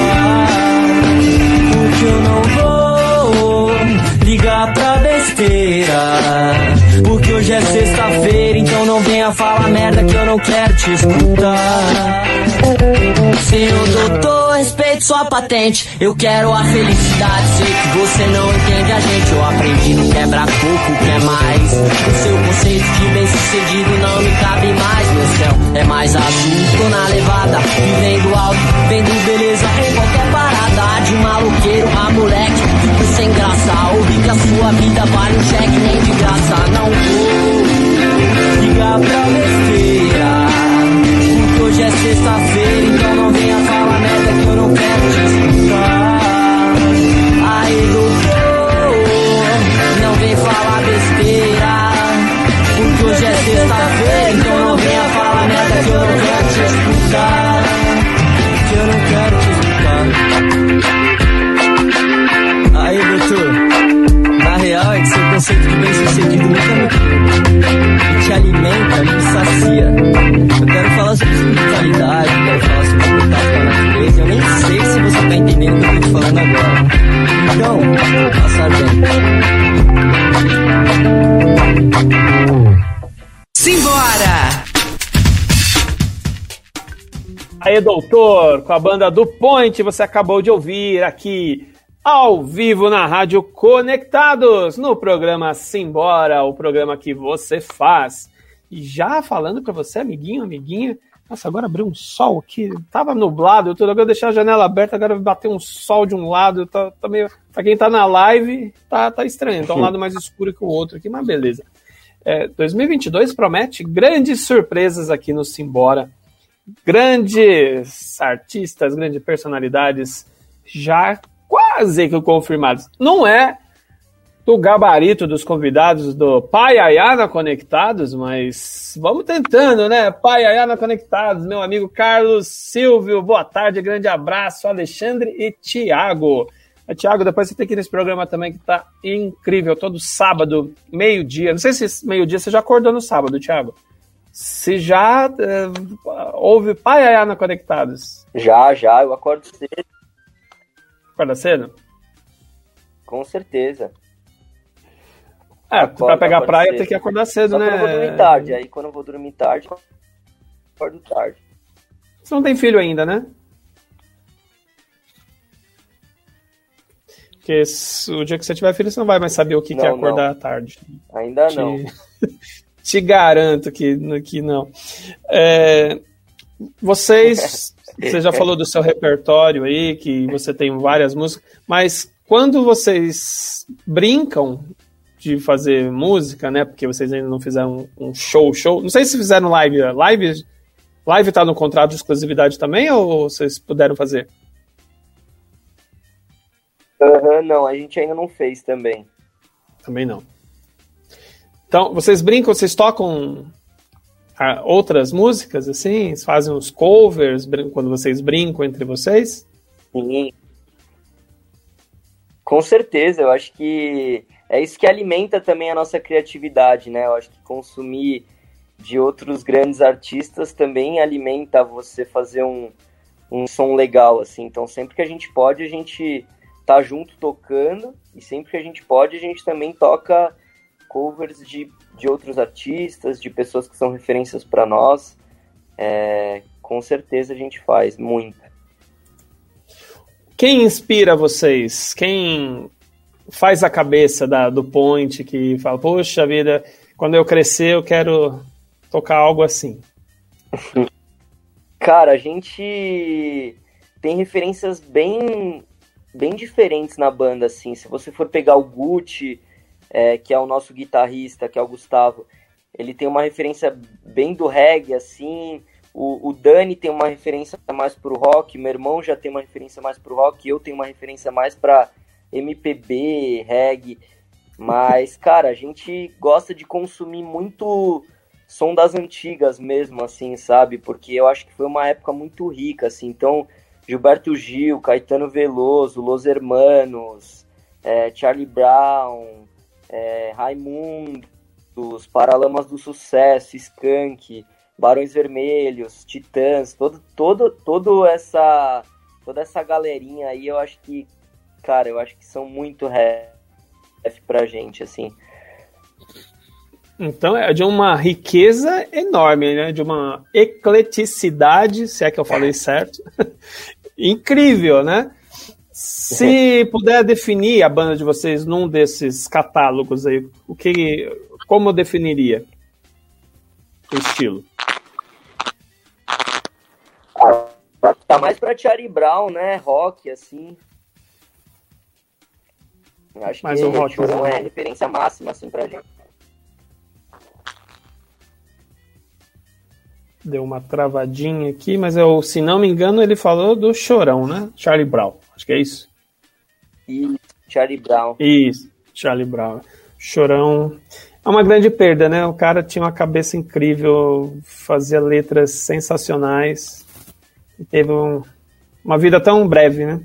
escutar. Porque eu não vou ligar pra besteira, porque hoje é sexta-feira. Então não venha falar merda que eu não quero te escutar. Senhor doutor, respeito sua patente. Eu quero a felicidade, sei que você não entende a gente. Eu aprendi no quebra-coco, quer mais. O seu conceito de bem-sucedido não me cabe mais. Meu céu é mais azul, tô na levada. Vivendo alto, vendo beleza em qualquer parada. De maloqueiro a moleque, fico sem graça. Ouvi que a sua vida vale um cheque, nem de graça. Não vou ligar pra besteira, porque hoje é sexta-feira. Então não venha falar merda que eu não quero te escutar. Aí, doutor, não vem falar besteira, porque hoje é sexta-feira. Então não venha falar merda que eu não quero te escutar. Que eu não quero te escutar. Aí, doutor, na real é que seu conceito de bem-sucedido nunca me te alimenta, me sacia. Eu quero falar sobre espiritualidade, quero falar sobre contato com a natureza. Eu nem sei se você tá entendendo o que eu tô te falando agora. Então, passa bem. Simbora! Aí, doutor, com a banda do Point, você acabou de ouvir aqui ao vivo na Rádio Conectados, no programa Simbora, o programa que você faz. E já falando para você, amiguinho, amiguinha, nossa, agora abriu um sol aqui, tava nublado, eu tô agora deixar a janela aberta, agora vai bater um sol de um lado, tá meio, pra quem tá na live, tá estranho, tá um lado mais escuro que o outro aqui, mas beleza. 2022 promete grandes surpresas aqui no Simbora, grandes artistas, grandes personalidades, já quase que confirmados. Não é do gabarito dos convidados do Paiaiana Conectados, mas vamos tentando, né? Paiaiana Conectados, meu amigo Carlos Silvio, boa tarde, grande abraço, Alexandre e Thiago. Thiago, depois você tem que ir nesse programa também, que tá incrível, todo sábado, meio-dia. Não sei se meio-dia você já acordou no sábado, Thiago. Se já houve Paiaiana Conectados? Já, eu acordo cedo. Acorda cedo? Com certeza. Pra pegar praia tem que acordar cedo, só né? Quando eu vou dormir tarde. Aí quando eu vou dormir tarde, eu acordo tarde. Você não tem filho ainda, né? Porque o dia que você tiver filho, você não vai mais saber o que é acordar à tarde. Ainda não. Te garanto que não. Você já falou do seu repertório aí, que você tem várias músicas, mas quando vocês brincam de fazer música, né? Porque vocês ainda não fizeram um show. Não sei se fizeram live. Live tá no contrato de exclusividade também, ou vocês puderam fazer? Não, a gente ainda não fez também. Também não. Então, vocês brincam, vocês tocam outras músicas, assim? Fazem uns covers quando vocês brincam entre vocês? Sim. Com certeza, eu acho que é isso que alimenta também a nossa criatividade, né? Eu acho que consumir de outros grandes artistas também alimenta você fazer um som legal, assim. Então, sempre que a gente pode, a gente tá junto tocando, e sempre que a gente pode, a gente também toca covers de outros artistas, de pessoas que são referências para nós. Com certeza a gente faz muito. Quem inspira vocês? Quem faz a cabeça do Point, que fala, poxa vida, quando eu crescer eu quero tocar algo assim? Cara, a gente tem referências bem diferentes na banda, assim. Se você for pegar o Gucci, que é o nosso guitarrista, que é o Gustavo, ele tem uma referência bem do reggae, assim. O Dani tem uma referência mais pro rock, meu irmão já tem uma referência mais pro rock, eu tenho uma referência mais pra MPB, reggae. Mas, cara, a gente gosta de consumir muito som das antigas mesmo, assim, sabe? Porque eu acho que foi uma época muito rica, assim. Então, Gilberto Gil, Caetano Veloso, Los Hermanos, Charlie Brown, Raimundos, Paralamas do Sucesso, Skank, Barões Vermelhos, Titãs, toda essa galerinha aí, eu acho que são muito ref pra gente, assim. Então é de uma riqueza enorme, né? De uma ecleticidade, se é que eu falei certo, incrível, né? Se puder definir a banda de vocês num desses catálogos aí, como definiria o estilo? Tá mais pra Charlie Brown, né? Rock, assim. Eu acho mais que um rock, não é referência máxima, assim, pra gente. Deu uma travadinha aqui, mas se não me engano, ele falou do Chorão, né? Charlie Brown, acho que é isso. Charlie Brown. Isso, Charlie Brown. Chorão é uma grande perda, né? O cara tinha uma cabeça incrível, fazia letras sensacionais e teve uma vida tão breve, né?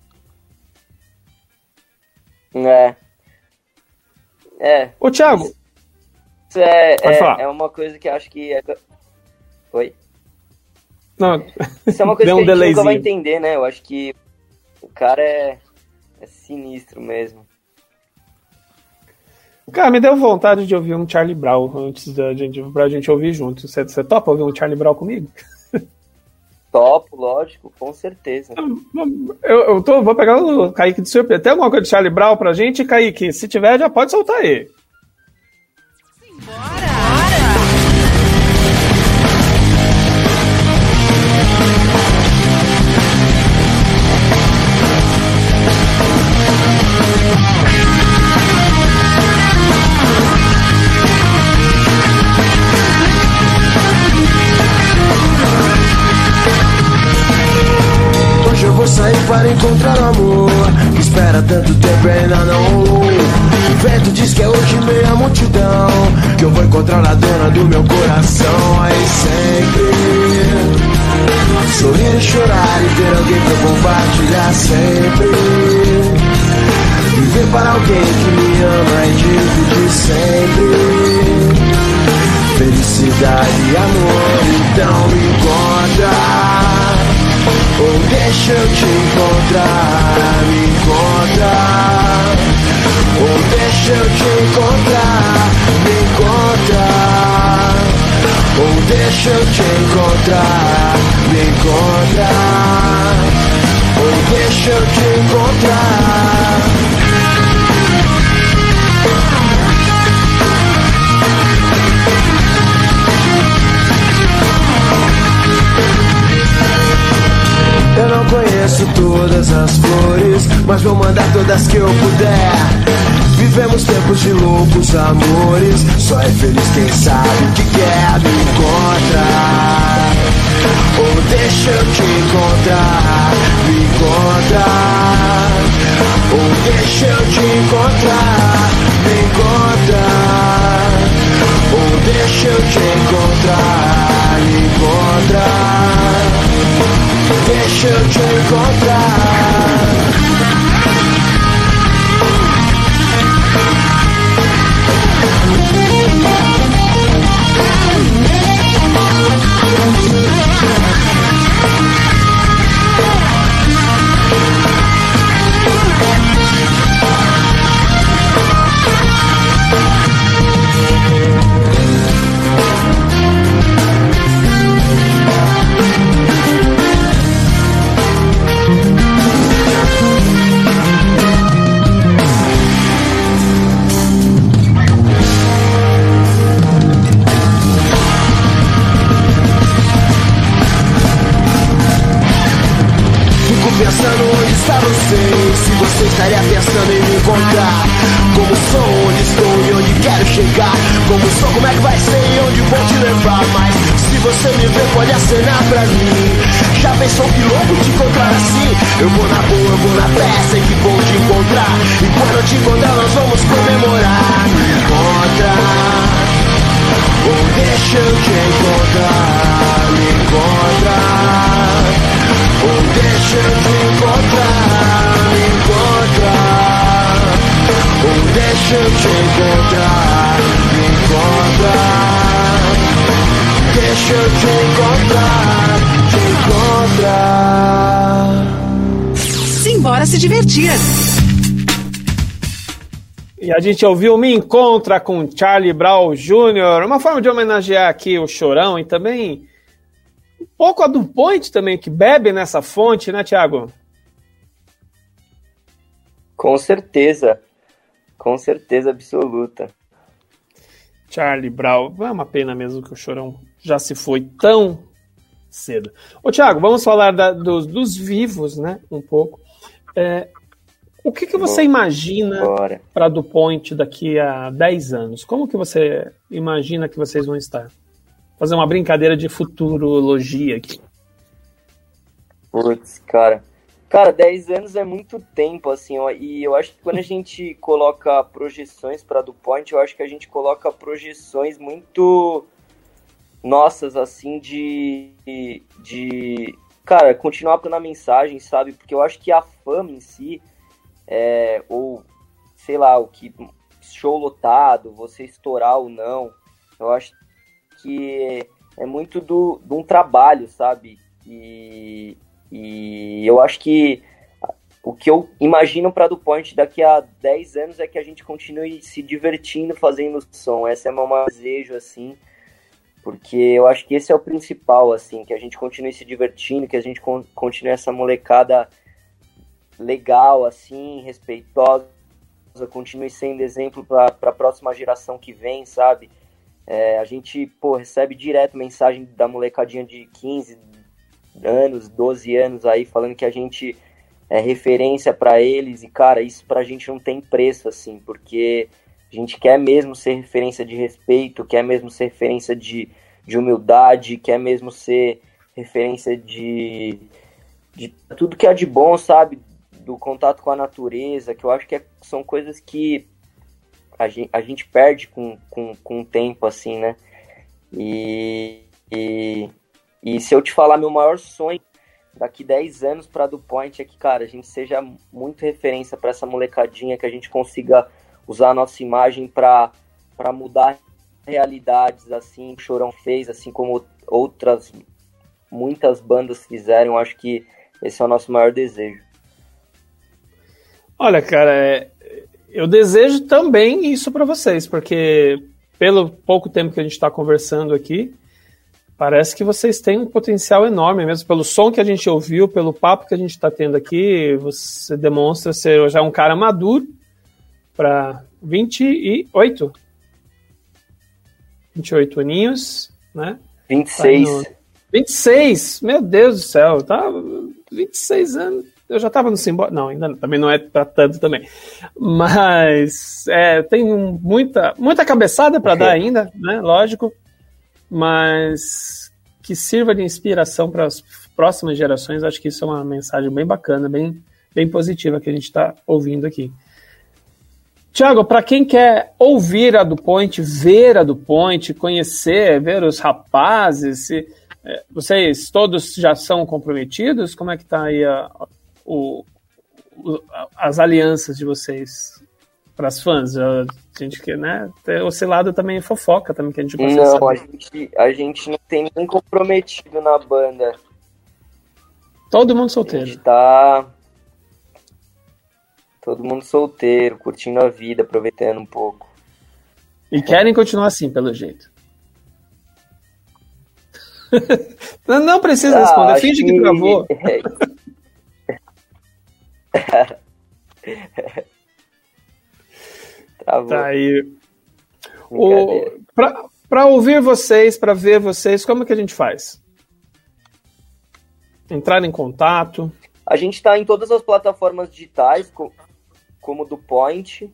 Ô, Thiago. Isso é uma coisa que acho que Oi? Não. Isso é uma coisa que a gente nunca vai entender, né? Eu acho que o cara é sinistro mesmo. Cara, me deu vontade de ouvir um Charlie Brown antes pra gente ouvir junto. Você topa ouvir um Charlie Brown comigo? Topo, lógico, com certeza. Vou pegar o Kaique de surpresa. Tem alguma coisa de Charlie Brown pra gente, Kaique? Se tiver, já pode soltar aí. Simbora! Hoje eu vou sair para encontrar o amor que espera tanto tempo e ainda não rolou. O vento diz que é hoje meia multidão, que eu vou encontrar a dona do meu coração. Aí sempre sorrir e chorar e ter alguém pra compartilhar sempre. Viver para alguém que me ama e dividir sempre. Felicidade e amor, então me encontra. Ou deixa eu te encontrar, me encontra. Ou deixa eu te encontrar, me encontra. Ou deixa eu te encontrar, me encontra. Ou deixa eu te encontrar. mas vou mandar todas que eu puder. Vivemos tempos de loucos amores, só é feliz quem sabe o que quer me encontrar. Ou deixa eu te encontrar, me encontrar. Ou deixa eu te encontrar, me encontrar. Ou deixa eu te encontrar, me encontrar. Deixa eu te encontrar. Pensando onde está você, se você estaria pensando em me encontrar. Como sou, onde estou e onde quero chegar. Como sou, como é que vai ser e onde vou te levar. Mas se você me ver, pode acenar pra mim. Já pensou que louco te encontrar assim? Eu vou na boa, eu vou na fé, sei que vou te encontrar. E quando eu te encontrar, nós vamos comemorar. Me encontra, ou deixa eu te encontrar. Me encontra, ou deixa eu te encontrar, me encontrar. Ou deixa eu te encontrar, me encontrar. Deixa eu te encontrar, te encontrar. Simbora se divertir. E a gente ouviu Me Encontra com Charlie Brown Jr., uma forma de homenagear aqui o Chorão e também um pouco a do Point também, que bebe nessa fonte, né, Thiago? Com certeza absoluta. Charlie Brown, é uma pena mesmo que o Chorão já se foi tão cedo. Ô, Thiago, vamos falar dos vivos, né, um pouco. O que você imagina para do Point daqui a 10 anos? Como que você imagina que vocês vão estar? Fazer uma brincadeira de futurologia aqui. Putz, cara. Cara, 10 anos é muito tempo, assim, ó, e eu acho que quando a gente coloca projeções para do Point, eu acho que a gente coloca projeções muito nossas, assim, cara, continuar na mensagem, sabe? Porque eu acho que a fama em si, ou, sei lá, o que show lotado, você estourar ou não, eu acho que é muito de um trabalho, sabe? E eu acho que o que eu imagino para do Point daqui a 10 anos é que a gente continue se divertindo fazendo som. Esse é meu desejo, assim, porque eu acho que esse é o principal, assim, que a gente continue se divertindo, que a gente continue essa molecada legal, assim, respeitosa, continue sendo exemplo para a próxima geração que vem, sabe? A gente, recebe direto mensagem da molecadinha de 15 anos, 12 anos aí, falando que a gente é referência para eles, e, cara, isso pra gente não tem preço, assim, porque a gente quer mesmo ser referência de respeito, quer mesmo ser referência de humildade, quer mesmo ser referência de tudo que é de bom, sabe? Do contato com a natureza, que eu acho que são coisas que a gente perde com o tempo, assim, né? E se eu te falar, meu maior sonho daqui 10 anos para do Point é que, cara, a gente seja muito referência para essa molecadinha, que a gente consiga usar a nossa imagem para mudar realidades, assim, o Chorão fez, assim como muitas bandas fizeram. Eu acho que esse é o nosso maior desejo. Olha, cara, eu desejo também isso para vocês, porque pelo pouco tempo que a gente está conversando aqui, parece que vocês têm um potencial enorme mesmo. Pelo som que a gente ouviu, pelo papo que a gente está tendo aqui, você demonstra ser já um cara maduro para 28 aninhos, né? 26. Tá 26, meu Deus do céu, tá 26 anos. eu já estava no Simbora, não, ainda também não é para tanto também, mas tem muita cabeçada para dar ainda, né, lógico, mas que sirva de inspiração para as próximas gerações. Acho que isso é uma mensagem bem bacana, bem positiva que a gente está ouvindo aqui. Thiago, para quem quer ouvir a DuPont, ver a DuPont, conhecer, ver os rapazes, vocês todos já são comprometidos? Como é que está aí as alianças de vocês para as fãs? A gente quer, né? Esse lado também é fofoca, também, que a gente gosta de saber. A gente não tem ninguém comprometido na banda. Todo mundo solteiro. A gente tá... Todo mundo solteiro, curtindo a vida, aproveitando um pouco. E querem continuar assim, pelo jeito. Não precisa responder, finge que gravou. Travou. Tá aí. Para ouvir vocês, para ver vocês, como é que a gente faz? Entrar em contato? A gente está em todas as plataformas digitais, como DuPont.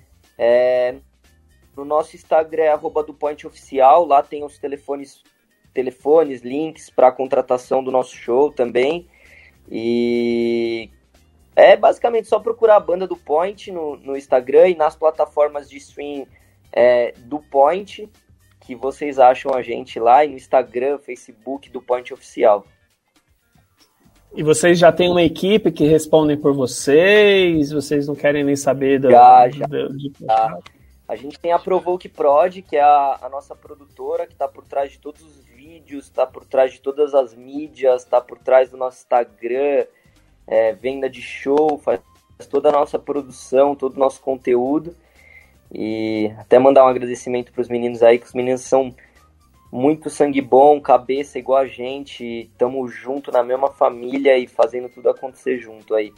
No nosso Instagram é @DuPontOficial. Lá tem os telefones, links para a contratação do nosso show também. E é basicamente só procurar a banda DuPont no Instagram e nas plataformas de stream DuPont, que vocês acham a gente lá, e no Instagram, Facebook, DuPont Oficial. E vocês já têm uma equipe que respondem por vocês? Vocês não querem nem saber Já. A gente tem a Provoke Prod, que é a nossa produtora, que está por trás de todos os vídeos, está por trás de todas as mídias, está por trás do nosso Instagram, venda de show, faz toda a nossa produção, todo o nosso conteúdo. E até mandar um agradecimento para os meninos aí, que os meninos são muito sangue bom, cabeça igual a gente, tamo junto na mesma família e fazendo tudo acontecer junto aí.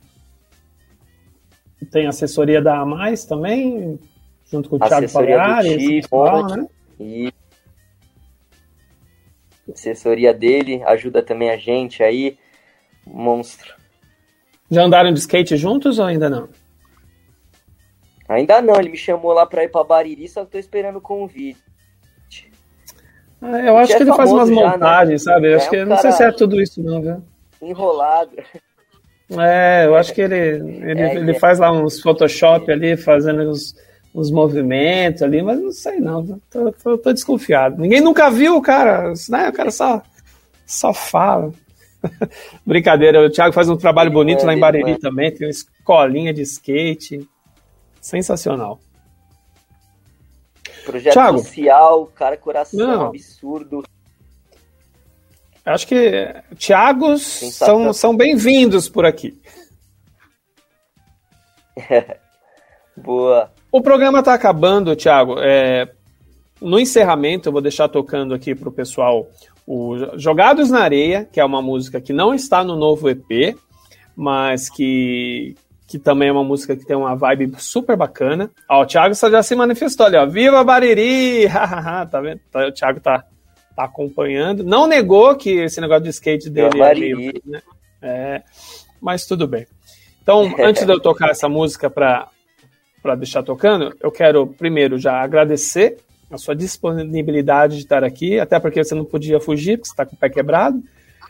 Tem assessoria da A+, também, junto com o Thiago Assessoria Pagliari, do né? E assessoria dele ajuda também a gente aí, monstro. Já andaram de skate juntos ou ainda não? Ainda não, ele me chamou lá pra ir pra Bariri, só que tô esperando o convite. Eu acho que ele faz umas montagens, né? Sabe? Eu acho que não sei se é tudo isso, não, viu? Enrolado. Eu acho que ele faz lá uns Photoshop ali, fazendo uns movimentos ali, mas não sei não, viu? Tô desconfiado. Ninguém nunca viu o cara, né? O cara só fala. Brincadeira, o Thiago faz um trabalho bonito lá em Bariri também, tem uma escolinha de skate. Sensacional. Projeto Thiago, social, cara, coração absurdo. Acho que Thiagos são bem-vindos por aqui. Boa. O programa está acabando, Thiago. No encerramento, eu vou deixar tocando aqui para o pessoal o Jogados na Areia, que é uma música que não está no novo EP, mas que também é uma música que tem uma vibe super bacana. Ó, o Thiago já se manifestou ali, ó. Viva Bariri! Tá vendo? O Thiago tá acompanhando. Não negou que esse negócio de skate dele é meio... Né? Mas tudo bem. Então, antes de eu tocar essa música para deixar tocando, eu quero primeiro já agradecer a sua disponibilidade de estar aqui, até porque você não podia fugir, porque você está com o pé quebrado.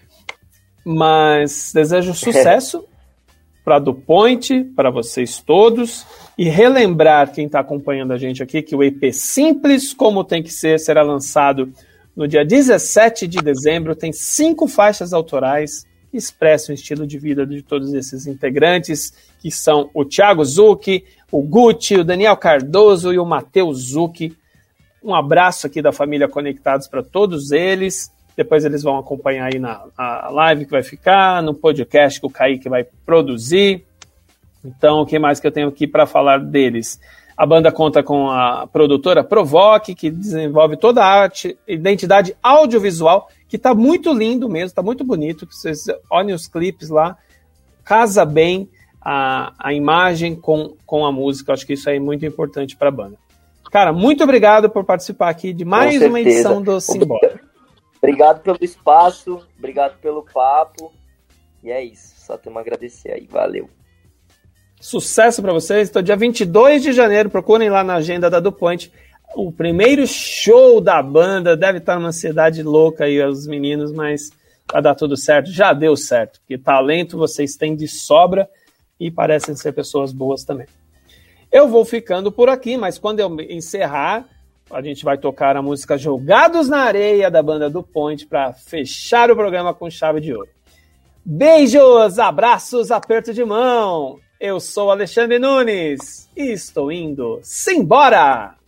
Mas desejo sucesso para a DuPont, para vocês todos, e relembrar quem está acompanhando a gente aqui que o EP Simples Como Tem Que Ser será lançado no dia 17 de dezembro, tem 5 faixas autorais que expressam o estilo de vida de todos esses integrantes, que são o Thiago Zucchi, o Gucci, o Daniel Cardoso e o Matheus Zucchi. Um abraço aqui da família Conectados para todos eles. Depois eles vão acompanhar aí na live que vai ficar, no podcast que o Kaique vai produzir. Então, o que mais que eu tenho aqui para falar deles? A banda conta com a produtora Provoke, que desenvolve toda a arte, identidade audiovisual, que está muito lindo mesmo, está muito bonito. Vocês olhem os clipes lá, casa bem a imagem com a música. Eu acho que isso aí é muito importante para a banda. Cara, muito obrigado por participar aqui de mais uma edição do Simbora. Obrigado pelo espaço, obrigado pelo papo. E é isso, só temos a agradecer aí, valeu. Sucesso para vocês. Então, dia 22 de janeiro, procurem lá na agenda da DuPont. O primeiro show da banda, deve estar numa cidade louca aí, os meninos, mas vai dar tudo certo. Já deu certo, porque talento vocês têm de sobra e parecem ser pessoas boas também. Eu vou ficando por aqui, mas quando eu encerrar, a gente vai tocar a música Jogados na Areia, da banda DuPont, para fechar o programa com chave de ouro. Beijos, abraços, aperto de mão. Eu sou Alexandre Nunes e estou indo simbora!